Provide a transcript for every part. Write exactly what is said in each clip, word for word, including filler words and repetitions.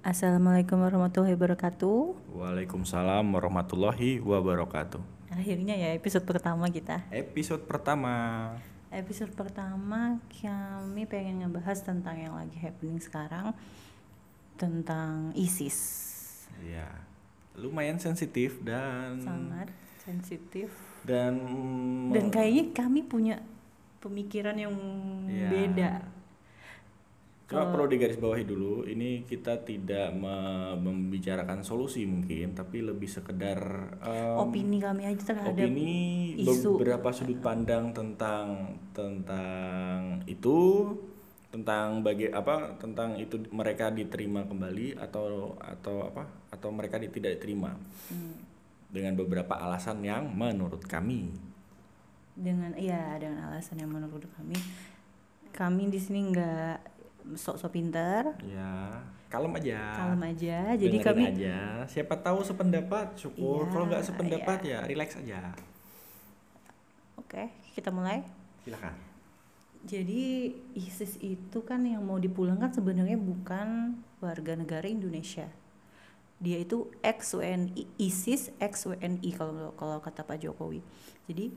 Assalamualaikum warahmatullahi wabarakatuh. Waalaikumsalam warahmatullahi wabarakatuh. Akhirnya ya episode pertama kita. Episode pertama. Episode pertama kami pengen ngebahas tentang yang lagi happening sekarang, tentang ISIS. Ya, lumayan sensitif dan Sangat sensitif. dan Dan kayaknya kami punya pemikiran yang Ya. beda. Cuma Kalau- perlu digarisbawahi dulu, ini kita tidak me- membicarakan solusi mungkin, tapi lebih sekedar em, Opini kami aja terhadap opini isu. beberapa sudut pandang tentang tentang itu, tentang bagi apa tentang itu mereka diterima kembali atau atau apa atau mereka di- tidak diterima Hmm, dengan beberapa alasan yang menurut kami. dengan ya dengan alasan yang menurut kami kami di sini nggak sok-sok pinter, Ya, kalem aja. kalem aja. Jadi Dengerin kami aja. Siapa tahu sependapat, syukur. Iya, Kalau nggak sependapat iya. ya relax aja. Oke, kita mulai. Silakan. Jadi ISIS itu kan yang mau dipulangkan sebenarnya bukan warga negara Indonesia. Dia itu ex W N I, ISIS ex W N I kalau kalau kata Pak Jokowi. Jadi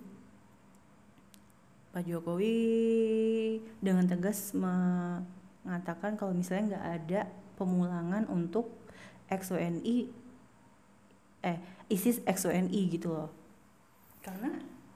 Pak Jokowi dengan tegas mengatakan kalau misalnya nggak ada pemulangan untuk ex W N I eh ISIS ex W N I gitu loh. Karena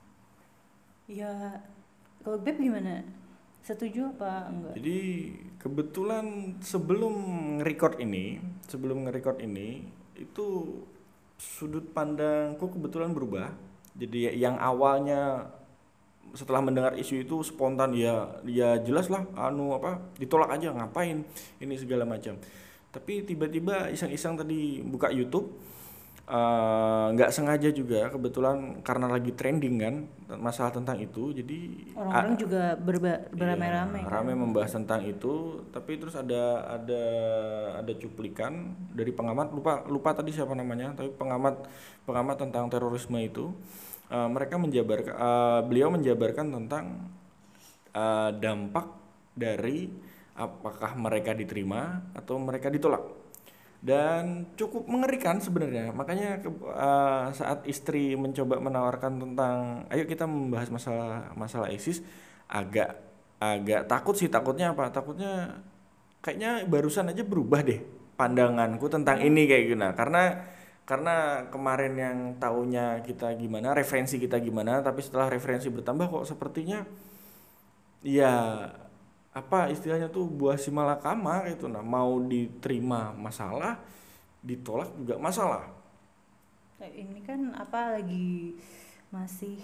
ya kalau Beb gimana? Setuju apa enggak? Jadi kebetulan sebelum nge-record ini, sebelum nge-record ini itu sudut pandangku kebetulan berubah. Jadi yang awalnya setelah mendengar isu itu spontan ya ya jelas lah anu apa ditolak aja ngapain ini segala macam. Tapi tiba-tiba iseng-iseng tadi buka YouTube, eh, nggak sengaja juga kebetulan karena lagi trending kan masalah tentang itu, jadi Orang-orang a- juga berba- beramai-ramai iya, kan? ramai membahas tentang itu. Tapi terus ada ada ada cuplikan dari pengamat, lupa lupa tadi siapa namanya, tapi pengamat pengamat tentang terorisme itu. Eh, mereka menjabarkan eh, beliau menjabarkan tentang eh, dampak dari apakah mereka diterima atau mereka ditolak, dan cukup mengerikan sebenarnya. Makanya ke- eh, saat istri mencoba menawarkan tentang ayo kita membahas masalah masalah ISIS, agak agak takut sih. Takutnya apa? Takutnya kayaknya barusan aja berubah deh pandanganku tentang ini kayak gimana. Karena karena kemarin yang taunya kita gimana, referensi kita gimana, tapi setelah referensi bertambah kok sepertinya ya apa istilahnya tuh buah si malakama gitu. Nah, mau diterima masalah, ditolak juga masalah. Nah, ini kan apa lagi masih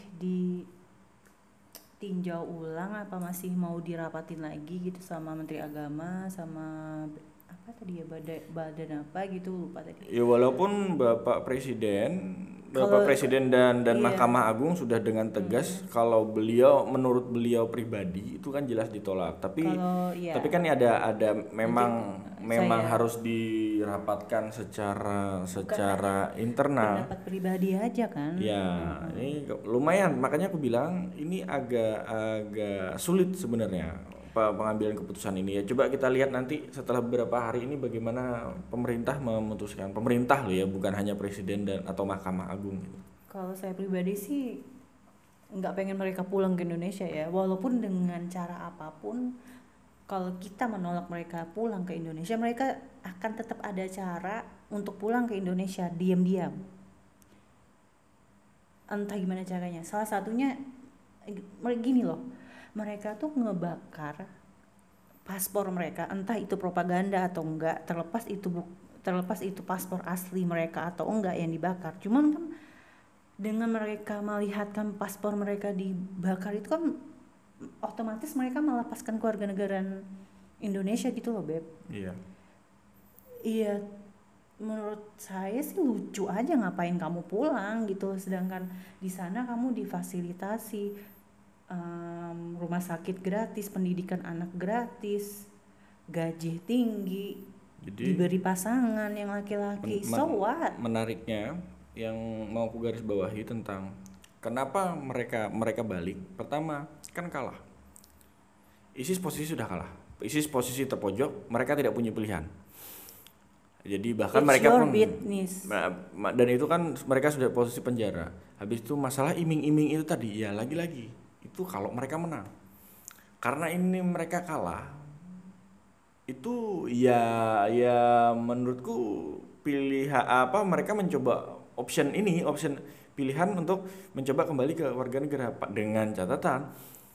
ditinjau ulang apa masih mau dirapatin lagi gitu sama Menteri Agama sama apa tadi ya badan badan apa gitu lupa tadi. Ya walaupun Bapak Presiden, Kalau- Bapak Presiden dan dan iya. Mahkamah Agung sudah dengan tegas kalau beliau menurut beliau pribadi itu kan jelas ditolak. Tapi Kalau ya tapi kan ada ada memang Nanti memang saya- harus dirapatkan secara secara internal. pendapat pribadi aja kan. Ya, ini ke- lumayan. Makanya aku bilang ini agak agak sulit sebenarnya pe- pengambilan keputusan ini. Ya coba kita lihat nanti setelah beberapa hari ini bagaimana pemerintah memutuskan. Pemerintah loh ya, bukan hanya presiden dan atau Mahkamah Agung gitu. Kalau saya pribadi sih nggak pengen mereka pulang ke Indonesia ya, walaupun dengan cara apapun. Kalau kita menolak mereka pulang ke Indonesia, mereka akan tetap ada cara untuk pulang ke Indonesia diam-diam. Entah gimana caranya. Salah satunya eh, gini loh, mereka tuh ngebakar paspor mereka, entah itu propaganda atau enggak, terlepas itu bu- terlepas itu paspor asli mereka atau enggak yang dibakar. Cuman kan dengan mereka melihatkan paspor mereka dibakar itu kan otomatis mereka melepaskan kewarganegaraan Indonesia gitu loh, Beb. Iya. Iya, menurut saya sih lucu aja ngapain kamu pulang gitu, sedangkan di sana kamu difasilitasi em, rumah sakit gratis, pendidikan anak gratis, gaji tinggi, Jadi diberi pasangan yang laki-laki. Men- So men- what? menariknya yang mau aku garis bawahi tentang kenapa mereka mereka balik. Pertama, kan kalah. ISIS posisi sudah kalah. ISIS posisi terpojok, mereka tidak punya pilihan. Jadi bahkan It's mereka your pun business. ma- ma- dan itu kan mereka sudah posisi penjara. Habis itu masalah iming-iming itu tadi ya lagi-lagi itu kalau mereka menang. Karena ini mereka kalah itu ya ya menurutku pilihan apa mereka mencoba option ini option pilihan untuk mencoba kembali ke warga negara Pak, dengan catatan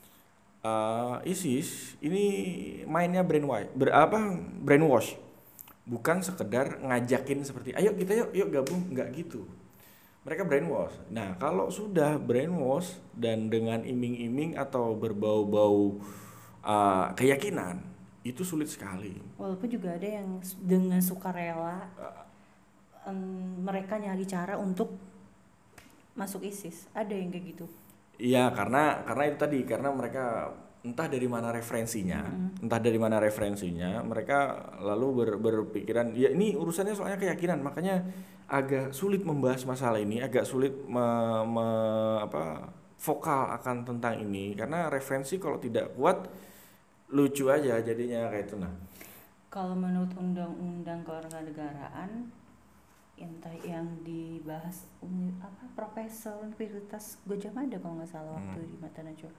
eh, ISIS ini mainnya brainwash ber, apa brainwash bukan sekedar ngajakin seperti ayo kita yuk yuk gabung, nggak gitu. Mereka brainwash. Nah kalau sudah brainwash dan dengan iming-iming atau berbau-bau uh, keyakinan itu sulit sekali. Walaupun juga ada yang s- dengan sukarela em, mereka nyari cara untuk masuk ISIS. Ada yang kayak gitu. Iya, karena karena itu tadi karena mereka entah dari mana referensinya, Mm-mm. entah dari mana referensinya, mereka lalu ber- berpikiran ya ini urusannya soalnya keyakinan, makanya agak sulit membahas masalah ini, agak sulit me- me- apa vokal akan tentang ini karena referensi kalau tidak kuat lucu aja jadinya kayak itu nah. Kalau menurut undang-undang kewarganegaraan, entah yang dibahas uni, apa Profesor Universitas Gajah Mada kalau nggak salah waktu Hmm. di Mata Najwa.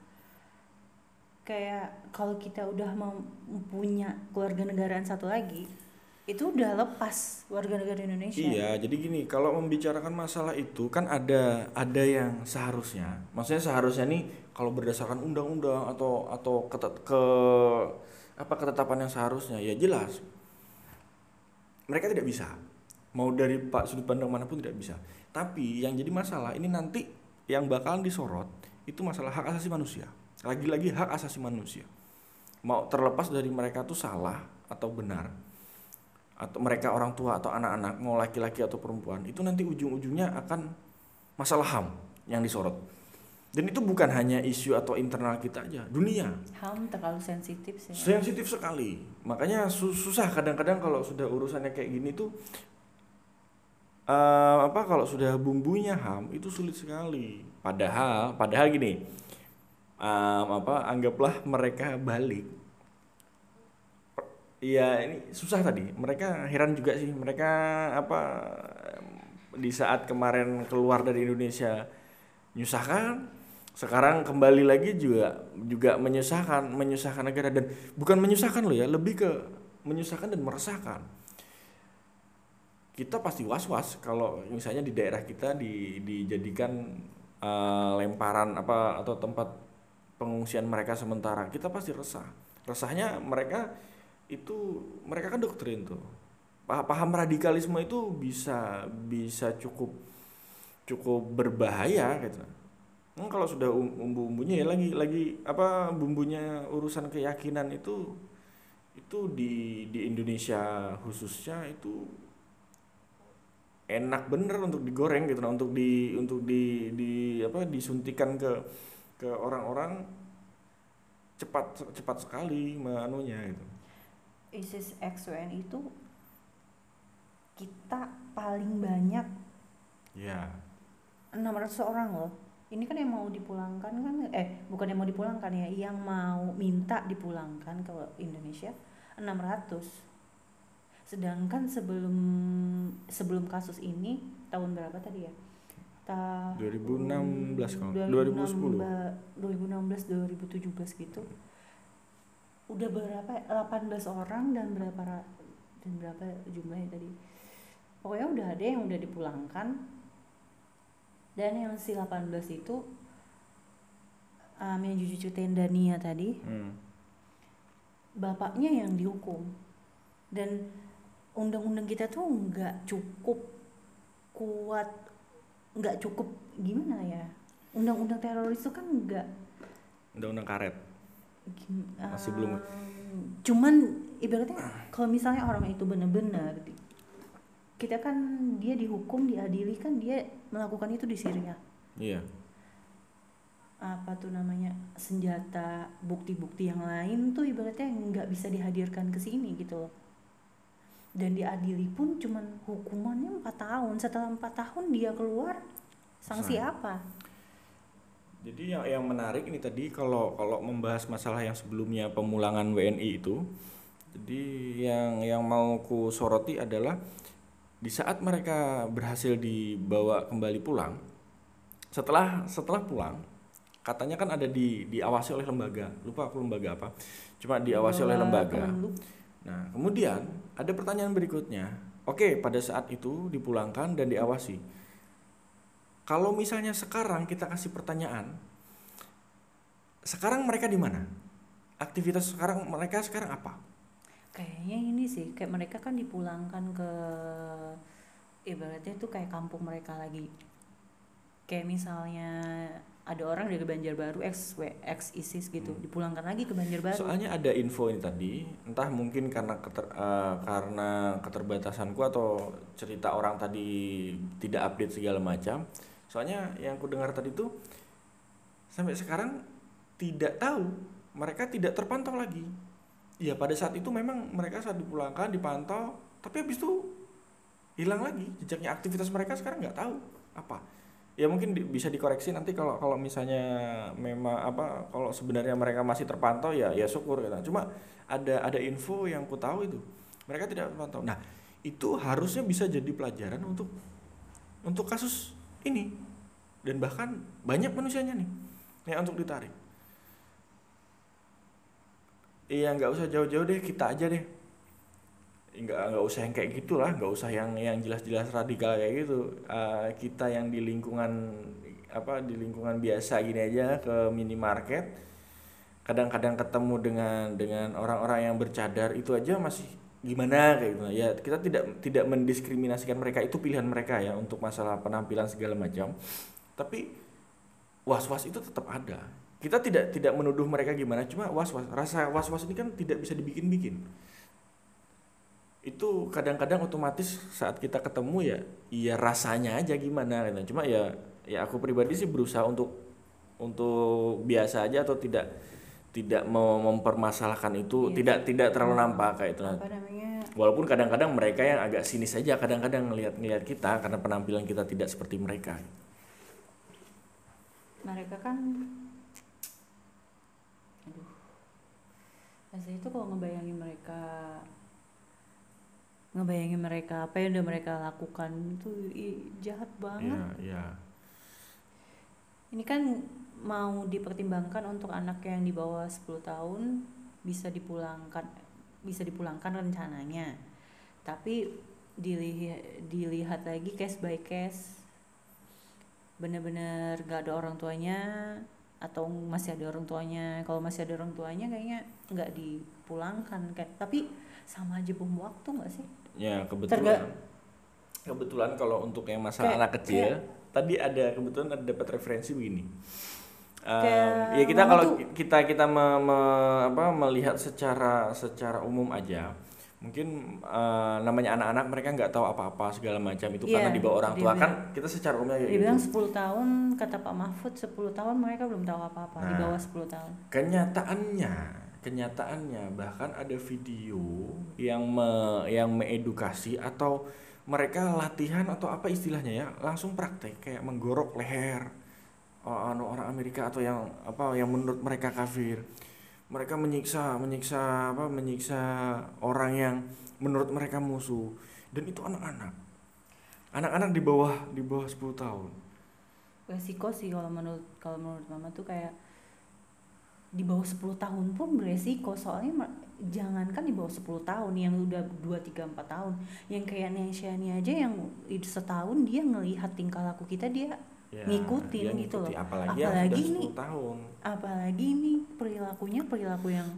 Kayak kalau kita udah mau punya keluarga negaraan satu lagi, itu udah lepas warga negara Indonesia. Iya, jadi gini, kalau membicarakan masalah itu kan ada ada yang seharusnya, maksudnya seharusnya nih kalau berdasarkan undang-undang atau atau ketet, ke apa ketetapan yang seharusnya ya jelas mereka tidak bisa. Mau dari pak sudut pandang manapun tidak bisa. Tapi yang jadi masalah ini nanti yang bakalan disorot itu masalah hak asasi manusia. Lagi-lagi hak asasi manusia. Mau terlepas dari mereka tuh salah atau benar, atau mereka orang tua atau anak-anak mau laki-laki atau perempuan itu nanti ujung-ujungnya akan masalah H A M yang disorot dan itu bukan hanya isu atau internal kita aja dunia H A M terlalu sensitif sih. sensitif sekali makanya su- susah kadang-kadang kalau sudah urusannya kayak gini tuh eh, apa kalau sudah bumbunya H A M itu sulit sekali padahal padahal gini em, apa anggaplah mereka balik. Iya, ini susah tadi. Mereka heran juga sih. Mereka apa di saat kemarin keluar dari Indonesia menyusahkan, sekarang kembali lagi juga juga menyusahkan, menyusahkan negara dan bukan menyusahkan loh ya, lebih ke menyusahkan dan meresahkan. Kita pasti was-was kalau misalnya di daerah kita di, dijadikan eh, lemparan apa atau tempat pengungsian mereka sementara. Kita pasti resah. Resahnya mereka itu mereka kan doktrin tuh paham, paham radikalisme itu bisa bisa cukup cukup berbahaya gitu. Hmm, kalau sudah um- bumbu-bumbunya ya lagi lagi apa bumbunya urusan keyakinan itu itu di di Indonesia khususnya itu enak bener untuk digoreng gitu nah untuk di untuk di di apa disuntikan ke ke orang-orang cepat cepat sekali manunya gitu. ISIS X W N itu kita paling banyak Ya. enam ratus orang loh. Ini kan yang mau dipulangkan kan eh bukan yang mau dipulangkan ya, yang mau minta dipulangkan ke Indonesia enam ratus. Sedangkan sebelum sebelum kasus ini tahun berapa tadi ya? Tahun dua ribu enam belas kalau dua ribu enam dua ribu sepuluh belas dua ribu enam belas dua ribu tujuh belas gitu. Udah berapa delapan belas orang dan berapa ra- dan berapa jumlahnya tadi? Pokoknya udah ada yang udah dipulangkan dan yang si delapan belas itu um, yang cucu Tendania tadi hmm. bapaknya yang dihukum dan undang-undang kita tuh nggak cukup kuat, nggak cukup gimana ya, undang-undang teroris itu kan nggak Undang-undang karet gim- masih belum um, cuman ibaratnya kalau misalnya orang itu benar-benar di- kita kan dia dihukum diadili kan dia melakukan itu di Syria iya apa tuh namanya senjata bukti-bukti yang lain tuh ibaratnya nggak bisa dihadirkan ke sini gitu loh dan diadili pun cuman hukumannya empat tahun setelah empat tahun dia keluar sanksi Sah. apa. Jadi yang yang menarik ini tadi kalau kalau membahas masalah yang sebelumnya pemulangan W N I itu Jadi yang yang mau ku soroti adalah di saat mereka berhasil dibawa kembali pulang, setelah setelah pulang, katanya kan ada di diawasi oleh lembaga, lupa aku lembaga apa, cuma Di diawasi oleh bawah lembaga. Kemenlu. Nah, kemudian ada pertanyaan berikutnya. Oke, pada saat itu dipulangkan dan diawasi. Kalau misalnya sekarang kita kasih pertanyaan, sekarang mereka di mana? Aktivitas sekarang mereka sekarang apa? Kayaknya ini sih, kayak mereka kan dipulangkan ke, ibaratnya tuh kayak kampung mereka lagi. Kayak misalnya ada orang dari Banjarbaru ex ex ISIS gitu, Hmm. dipulangkan lagi ke Banjarbaru. Soalnya ada info ini tadi, entah mungkin karena keter, eh, karena keterbatasanku atau cerita orang tadi tidak update segala macam. Soalnya yang ku dengar tadi tuh sampai sekarang tidak tahu, mereka tidak terpantau lagi. Ya pada saat itu memang mereka saat dipulangkan dipantau, tapi habis itu hilang lagi jejaknya, aktivitas mereka sekarang nggak tahu apa. Ya mungkin di- bisa dikoreksi nanti kalau kalau misalnya memang apa, kalau sebenarnya mereka masih terpantau ya ya syukur gitu. Cuma ada ada info yang ku tahu itu mereka tidak terpantau. Nah, itu harusnya bisa jadi pelajaran untuk untuk kasus ini, dan bahkan banyak manusianya nih yang untuk ditarik. Iya, nggak usah jauh-jauh deh, kita aja deh. nggak nggak usah yang kayak gitulah, nggak usah yang yang jelas-jelas radikal kayak gitu. Eh, kita yang di lingkungan apa, di lingkungan biasa gini aja, ke minimarket kadang-kadang ketemu dengan dengan orang-orang yang bercadar itu aja masih gimana kayak gitu ya. Kita tidak tidak mendiskriminasikan mereka, itu pilihan mereka ya untuk masalah penampilan segala macam, tapi was-was itu tetap ada. Kita tidak tidak menuduh mereka gimana, cuma was-was, rasa was-was ini kan tidak bisa dibikin-bikin. Itu kadang-kadang otomatis saat kita ketemu ya iya rasanya aja gimana gitu. Cuma ya ya aku pribadi sih berusaha untuk untuk biasa aja, atau tidak tidak mau mempermasalahkan itu, Iya, tidak tidak terlalu mau nampak kayak itu. apa namanya, Walaupun kadang-kadang mereka yang agak sinis aja kadang-kadang ngelihat-ngelihat kita karena penampilan kita tidak seperti mereka. mereka kan, aduh, rasanya itu kalau ngebayangin mereka ngebayangin mereka apa yang udah mereka lakukan itu, ih, jahat banget. Iya, iya. Ini kan mau dipertimbangkan untuk anak yang di bawah sepuluh tahun bisa dipulangkan, bisa dipulangkan rencananya. Tapi dilihat dilihat lagi case by case, bener-bener gak ada orang tuanya atau masih ada orang tuanya. Kalau masih ada orang tuanya kayaknya nggak dipulangkan, kayak, tapi sama aja bom waktu nggak sih? Ya, Terga kebetulan kebetulan kalau untuk yang masalah kayak anak kayak kecil tadi ada kebetulan ada dapat referensi begini. Em, ya kayak kita mama kalau tuh, kita kita me- me- apa, melihat secara secara umum aja, mungkin eh, namanya anak-anak mereka nggak tahu apa-apa segala macam itu iya, karena di bawah orang dia tua kan, bilang kita secara umumnya kayak dia gitu. bilang sepuluh tahun, kata Pak Mahfud sepuluh tahun mereka belum tahu apa-apa di Nah, bawah sepuluh tahun. kenyataannya kenyataannya bahkan ada video yang me, yang mengedukasi, atau mereka latihan atau apa istilahnya ya, langsung praktek kayak menggorok leher oh, anu, orang Amerika atau yang apa yang menurut mereka kafir. Mereka menyiksa menyiksa apa menyiksa orang yang menurut mereka musuh, dan itu anak-anak anak-anak di bawah di bawah sepuluh tahun. Resiko sih kalau menurut kalau menurut mama tuh kayak di bawah sepuluh tahun pun beresiko, soalnya ma- jangankan di bawah sepuluh tahun, yang udah dua tiga empat tahun, yang kayak Nesha ini aja yang i- setahun dia ngelihat tingkah laku kita, dia Ya, ngikutin dia gitu ngikuti, loh. apalagi yang sudah Apalagi nih, sepuluh tahun. apalagi nih perilakunya perilaku yang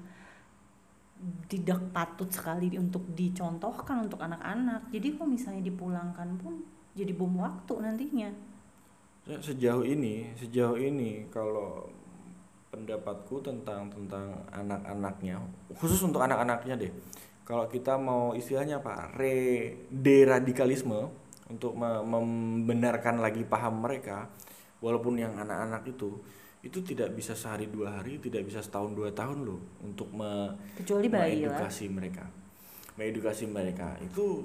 tidak patut sekali di- untuk dicontohkan untuk anak-anak. Jadi kalau misalnya dipulangkan pun jadi bom waktu nantinya. Ya, sejauh ini sejauh ini kalau pendapatku tentang tentang anak-anaknya, khusus untuk anak-anaknya deh, kalau kita mau istilahnya apa, re deradikalisme, untuk me- membenarkan lagi paham mereka, walaupun yang anak-anak itu itu tidak bisa sehari dua hari, tidak bisa setahun dua tahun loh, untuk me- Kecuali bayi lah. mengedukasi mereka mengedukasi mereka itu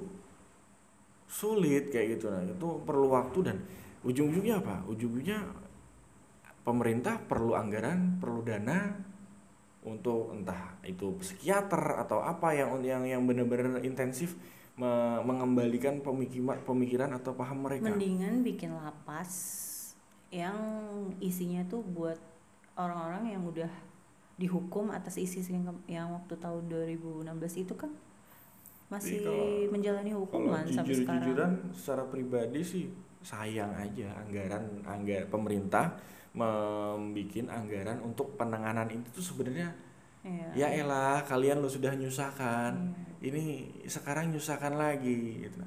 sulit kayak gitu. Nah, itu perlu waktu, dan ujung-ujungnya apa, ujung-ujungnya pemerintah perlu anggaran, perlu dana untuk entah itu psikiater atau apa yang yang yang benar-benar intensif me- mengembalikan pemikiran pemikiran atau paham mereka. Mendingan bikin lapas yang isinya tuh buat orang-orang yang udah dihukum atas isi yang, yang waktu tahun dua ribu enam belas itu kan Tapi masih kalau menjalani kalau hukuman sampai sekarang. jujur-jujuran secara pribadi sih sayang aja anggaran anggar pemerintah membikin anggaran untuk penanganan itu tuh sebenarnya Iya. ya elah kalian lo sudah nyusahkan, Iya. ini sekarang nyusahkan lagi gitu.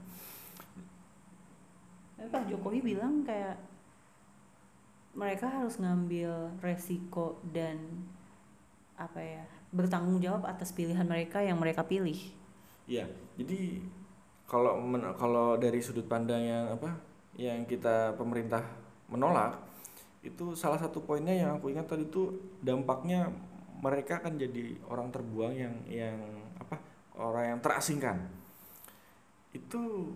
Tapi Pak Jokowi bilang kayak mereka harus ngambil resiko dan apa ya, bertanggung jawab atas pilihan mereka yang mereka pilih. Ya, jadi kalau men- kalau dari sudut pandang yang apa yang kita pemerintah menolak itu salah satu poinnya yang aku ingat tadi itu dampaknya mereka akan jadi orang terbuang yang yang apa orang yang terasingkan itu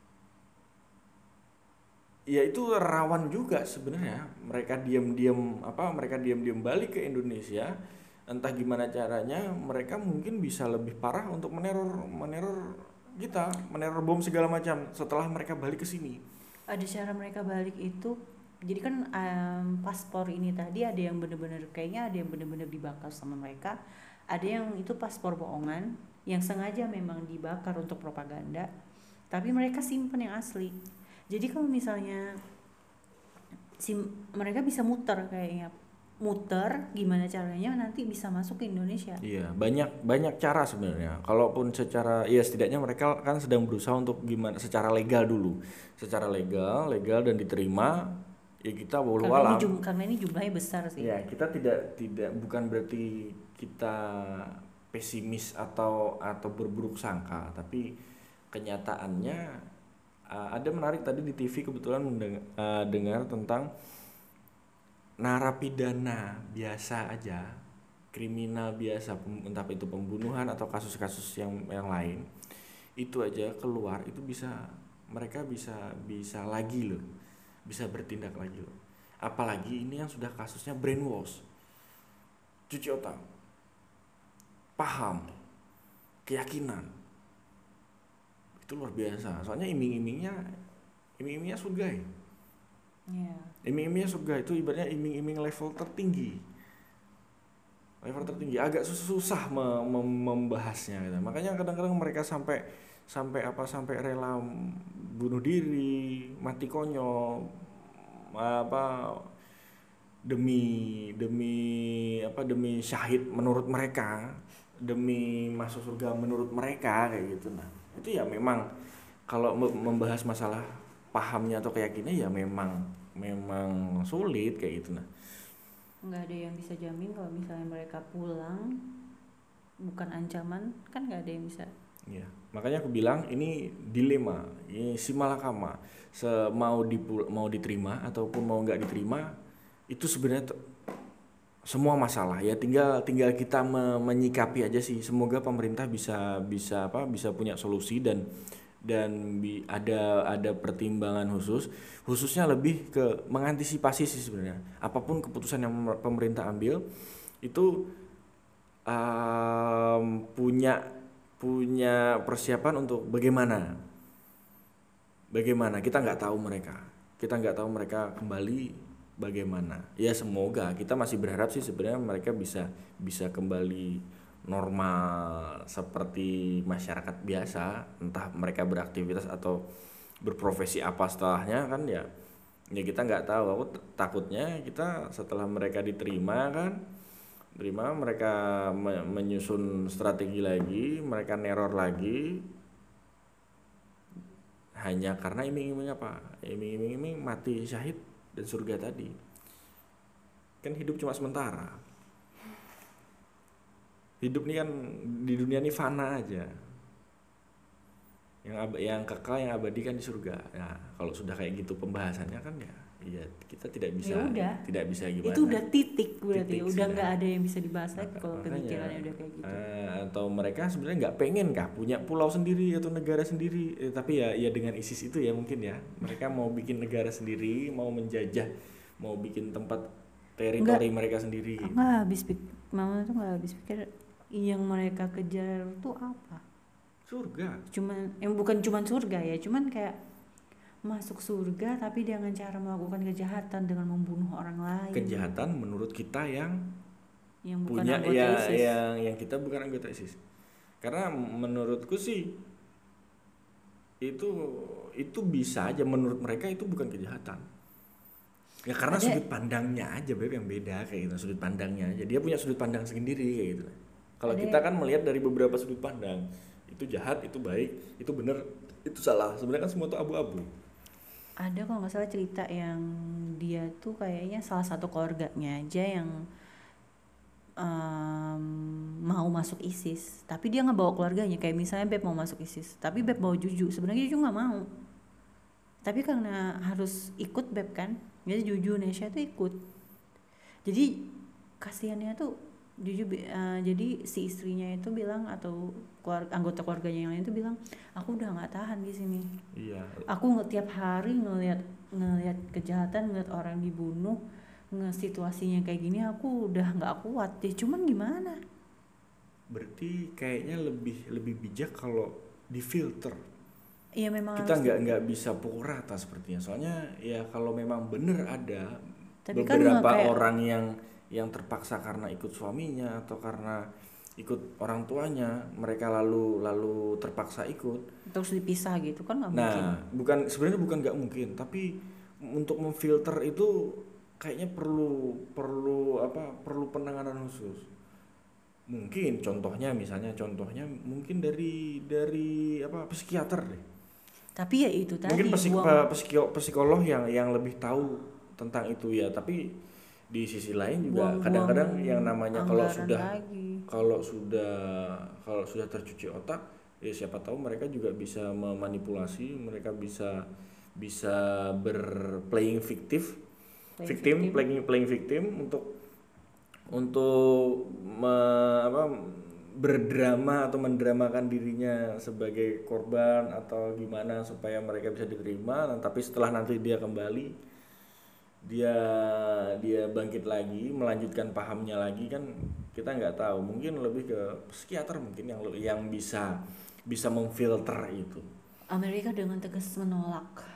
ya itu rawan juga sebenarnya mereka diam-diam apa mereka diam-diam balik ke Indonesia entah gimana caranya mereka mungkin bisa lebih parah untuk meneror meneror kita meneror bom segala macam setelah mereka balik ke sini. Ada cara mereka balik itu, jadi kan um, paspor ini tadi ada yang bener-bener kayaknya ada yang bener-bener dibakar sama mereka, ada yang itu paspor bohongan yang sengaja memang dibakar untuk propaganda, tapi mereka simpen yang asli. Jadi kalau misalnya sim, mereka bisa muter kayaknya muter gimana caranya nanti bisa masuk ke Indonesia. Iya, banyak banyak cara sebenarnya. Kalaupun secara ya setidaknya mereka kan sedang berusaha untuk gimana secara legal dulu. Secara legal, legal dan diterima ya kita walau Karena ini, alam. jum, karena ini jumlahnya besar sih. Ya, kita tidak tidak bukan berarti kita pesimis atau atau berburuk sangka, tapi kenyataannya uh, ada menarik tadi di T V kebetulan mendeng- uh, dengar tentang narapidana biasa aja, kriminal biasa, pem- entah itu pembunuhan atau kasus-kasus yang yang lain, itu aja keluar itu bisa mereka bisa bisa lagi loh, bisa bertindak lagi loh. Apalagi ini yang sudah kasusnya brainwash, cuci otak, paham, keyakinan, itu luar biasa. Soalnya iming-imingnya iming-imingnya surga ya. Iya. Iming-imingnya surga itu ibaratnya iming-iming level tertinggi, level tertinggi agak susah me- mem- membahasnya gitu. Makanya kadang-kadang mereka sampai sampai apa sampai rela bunuh diri, mati konyol, apa demi demi apa demi syahid menurut mereka, demi masuk surga menurut mereka kayak gitu. Nah itu ya memang kalau me- membahas masalah pahamnya atau keyakinannya ya memang memang sulit kayak gitu. Nah Nggak ada yang bisa jamin kalau misalnya mereka pulang bukan ancaman, kan nggak ada yang bisa. ya makanya aku bilang ini dilema, ini si malakama, semau dipul mau diterima ataupun mau nggak diterima itu sebenarnya t- semua masalah ya tinggal tinggal kita me- menyikapi aja sih. Semoga pemerintah bisa bisa apa bisa punya solusi dan dan bi- ada ada pertimbangan khusus khususnya lebih ke mengantisipasi sih sebenarnya apapun keputusan yang pemerintah ambil itu um, punya punya persiapan untuk bagaimana bagaimana kita nggak tahu mereka kita nggak tahu mereka kembali bagaimana ya. Semoga kita masih berharap sih sebenarnya mereka bisa bisa kembali normal seperti masyarakat biasa, entah mereka beraktivitas atau berprofesi apa setelahnya kan ya ya kita nggak tahu. Aku t- takutnya kita setelah mereka diterima kan terima mereka me- menyusun strategi lagi, mereka neror lagi hanya karena iming-iming apa iming-iming mati syahid dan surga tadi. Kan hidup cuma sementara, hidup nih kan di dunia ini fana aja, yang ab- yang kekal yang abadi kan di surga. Nah kalau sudah kayak gitu pembahasannya kan ya ya kita tidak bisa Ya udah. tidak bisa gimana Itu udah titik berarti, Titik udah sudah. nggak ada yang bisa dibahas lagi Maka- kalau makanya, pemikirannya udah kayak gitu. eh, atau mereka sebenarnya nggak pengen kah punya pulau sendiri atau negara sendiri. Eh, tapi ya ya dengan ISIS itu ya mungkin ya mereka mau bikin negara sendiri, mau menjajah, mau bikin tempat Nggak, teritori mereka sendiri aku gitu. nggak habis pikir, mama tuh nggak habis pikir yang mereka kejar tuh apa. Surga. Cuman, yang bukan cuman surga ya, cuman kayak masuk surga tapi dengan cara melakukan kejahatan dengan membunuh orang lain Kejahatan menurut kita yang yang bukan punya anggota ya ISIS. yang yang kita bukan anggota ISIS. Karena menurutku sih itu itu bisa aja, menurut mereka itu bukan kejahatan. Ya karena Ada, sudut pandangnya aja Beb yang beda kayak gitu, sudut pandangnya aja. Dia punya sudut pandang sendiri kayak gitu. Kalau ada, kita kan melihat dari beberapa sudut pandang. Itu jahat, itu baik, itu benar, itu salah. Sebenarnya kan semua itu abu-abu. ada kalau nggak salah cerita yang dia tuh kayaknya salah satu keluarganya aja yang em, mau masuk ISIS, tapi dia nggak bawa keluarganya. Kayak misalnya Beb mau masuk ISIS, tapi Beb bawa Juju. Sebenarnya Juju nggak mau, tapi karena harus ikut Beb kan, jadi Juju Nesha tuh ikut. Jadi kasihannya tuh Juju bi- eh, jadi si istrinya itu bilang, atau keluarga, anggota keluarganya yang lain itu bilang, aku udah nggak tahan di sini. Iya. Aku nge- tiap hari ngelihat ngelihat kejahatan, ngelihat orang dibunuh, nge situasinya kayak gini, aku udah nggak kuat deh. Cuman gimana? Berarti kayaknya lebih lebih bijak kalau difilter. Iya memang Kita harus di- nggak nggak bisa pukul rata sepertinya. Soalnya ya kalau memang bener ada tapi kan beberapa kayak orang yang yang terpaksa karena ikut suaminya atau karena ikut orang tuanya, mereka lalu lalu terpaksa ikut. terus dipisah gitu kan nggak mungkin. Nah, bukan sebenarnya bukan nggak mungkin, tapi untuk memfilter itu kayaknya perlu perlu apa? Perlu penanganan khusus. Mungkin contohnya misalnya contohnya mungkin dari dari apa? Psikiater deh. Tapi ya itu tadi Mungkin psik, buang. pe- psikio- psikolog yang yang lebih tahu tentang itu ya, tapi di sisi lain juga Buang-buang kadang-kadang yang namanya kalau anggaran sudah lagi. kalau sudah kalau sudah tercuci otak ya siapa tahu mereka juga bisa memanipulasi, mereka bisa bisa berplaying fiktif Playing victim victim. playing playing victim untuk untuk me- apa berdrama atau mendramakan dirinya sebagai korban atau gimana supaya mereka bisa diterima. Nah, tapi setelah nanti dia kembali dia dia bangkit lagi melanjutkan pahamnya lagi kan kita nggak tahu, mungkin lebih ke psikiater mungkin yang yang bisa bisa memfilter itu. Amerika dengan tegas menolak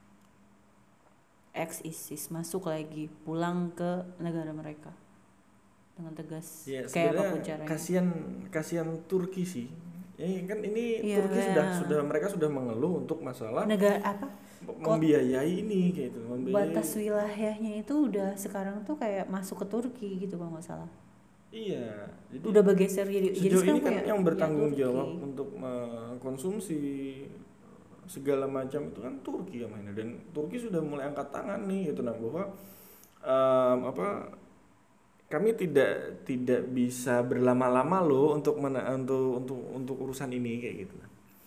ex-ISIS masuk lagi, pulang ke negara mereka dengan tegas. Ya Kayak apapun sebenarnya caranya. kasihan kasihan Turki sih. Ya kan ini Iya, Turki sudah kayak sudah mereka sudah mengeluh untuk masalah negara apa? Kot membiayai ini kayak itu, membiayai. batas wilayahnya itu udah sekarang tuh kayak masuk ke Turki gitu kalau nggak salah. Iya, jadi Udah bergeser jadi jadi sejauh ini sekarang kan kayak yang ya bertanggung Turki. jawab untuk mengkonsumsi segala macam itu kan Turki yang mainnya, dan Turki sudah mulai angkat tangan nih gitu nah bahwa em, apa kami tidak tidak bisa berlama-lama loh untuk mena- untuk untuk untuk urusan ini kayak gitu.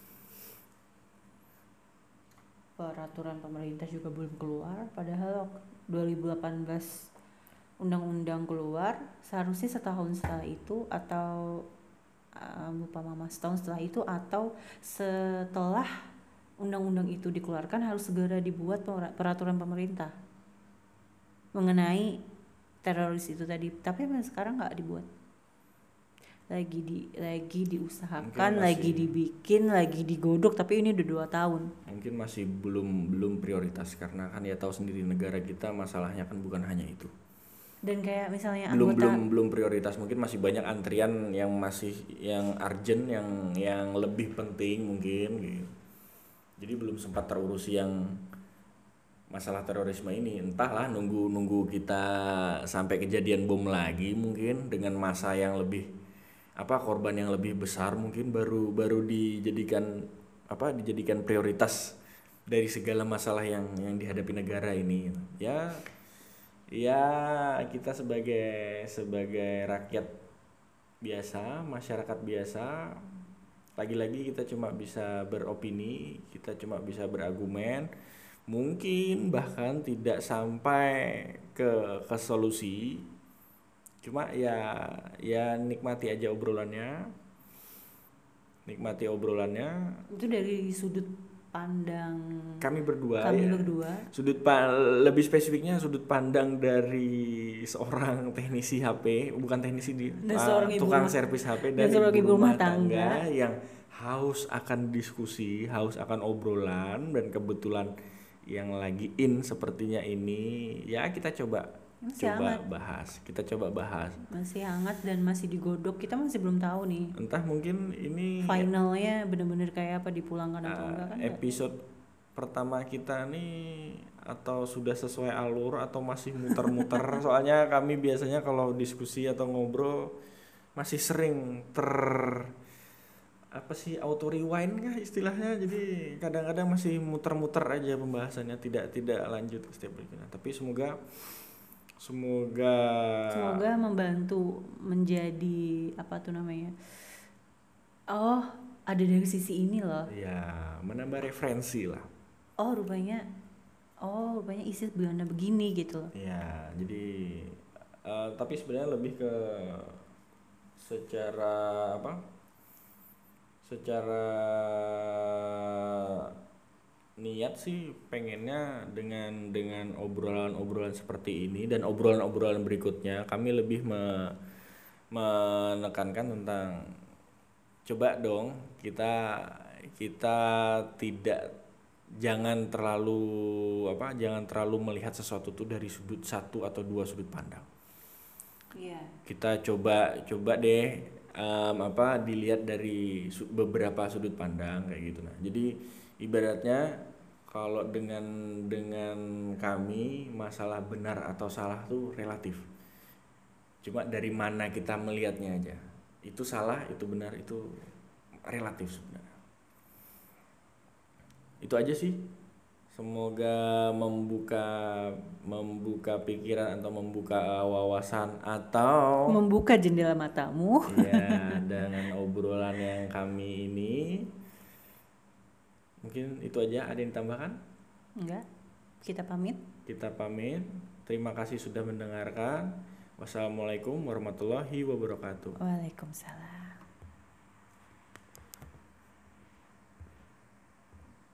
Peraturan pemerintah juga belum keluar, padahal dua ribu delapan belas undang-undang keluar, seharusnya setahun setelah itu atau uh, lupa mama setahun setelah itu atau setelah undang-undang itu dikeluarkan harus segera dibuat pera- peraturan pemerintah mengenai teroris itu tadi. Tapi sampai sekarang nggak dibuat, lagi di lagi diusahakan, Mungkin lagi masih- dibikin, lagi digodok, tapi ini udah dua tahun. Mungkin masih belum belum prioritas karena kan ya tahu sendiri negara kita masalahnya kan bukan hanya itu. Dan kayak misalnya belum anggota belum belum prioritas, mungkin masih banyak antrian yang masih yang urgent, yang yang lebih penting mungkin gitu. Jadi belum sempat terurusi yang masalah terorisme ini, entahlah nunggu nunggu kita sampai kejadian bom lagi mungkin dengan masa yang lebih apa korban yang lebih besar mungkin baru baru dijadikan apa dijadikan prioritas dari segala masalah yang yang dihadapi negara ini ya. Ya kita sebagai sebagai rakyat biasa, masyarakat biasa, lagi-lagi kita cuma bisa beropini, kita cuma bisa berargumen, mungkin bahkan tidak sampai ke ke solusi. Cuma ya ya nikmati aja obrolannya, nikmati obrolannya. itu dari sudut pandang kami berdua kami ya. berdua. Sudut pa- lebih spesifiknya sudut pandang dari seorang teknisi H P, bukan teknisi di Dan uh, seorang ibu tukang rumah- servis H P dan dan seorang ibu ibu rumah rumah tangga tangga. yang haus akan diskusi, haus akan obrolan, dan kebetulan yang lagi in sepertinya ini ya kita coba Masih coba hangat. bahas, kita coba bahas. Masih hangat dan masih digodok. Kita masih belum tahu nih Entah mungkin ini finalnya bener-bener kayak apa, dipulangkan atau uh, enggak kan nggak. episode pertama kita nih atau sudah sesuai alur atau masih muter-muter. Soalnya kami biasanya kalau diskusi atau ngobrol masih sering ter apa sih auto rewind kah istilahnya, jadi kadang-kadang masih muter-muter aja pembahasannya, tidak tidak lanjut ke step berikutnya. Tapi semoga semoga Semoga membantu menjadi apa tuh namanya, oh ada dari sisi ini loh, ya menambah referensi lah. oh rupanya oh rupanya isi Belanda begini gitu loh. Ya jadi eh, tapi sebenarnya lebih ke secara apa secara niat sih pengennya dengan dengan obrolan-obrolan seperti ini dan obrolan-obrolan berikutnya kami lebih me- menekankan tentang coba dong kita kita tidak jangan terlalu apa jangan terlalu melihat sesuatu tuh dari sudut satu atau dua sudut pandang. Iya. Kita coba coba deh em, apa dilihat dari su- beberapa sudut pandang kayak gitu. Nah jadi ibaratnya kalau dengan dengan kami masalah benar atau salah tuh relatif, cuma dari mana kita melihatnya aja, itu salah itu benar itu relatif sebenarnya. Itu aja sih, semoga membuka membuka pikiran atau membuka wawasan atau Membuka jendela matamu. ya dengan obrolan yang kami ini. Mungkin itu aja, ada yang ditambahkan? Enggak, kita pamit. Kita pamit. Terima kasih sudah mendengarkan. Wassalamualaikum warahmatullahi wabarakatuh. Waalaikumsalam.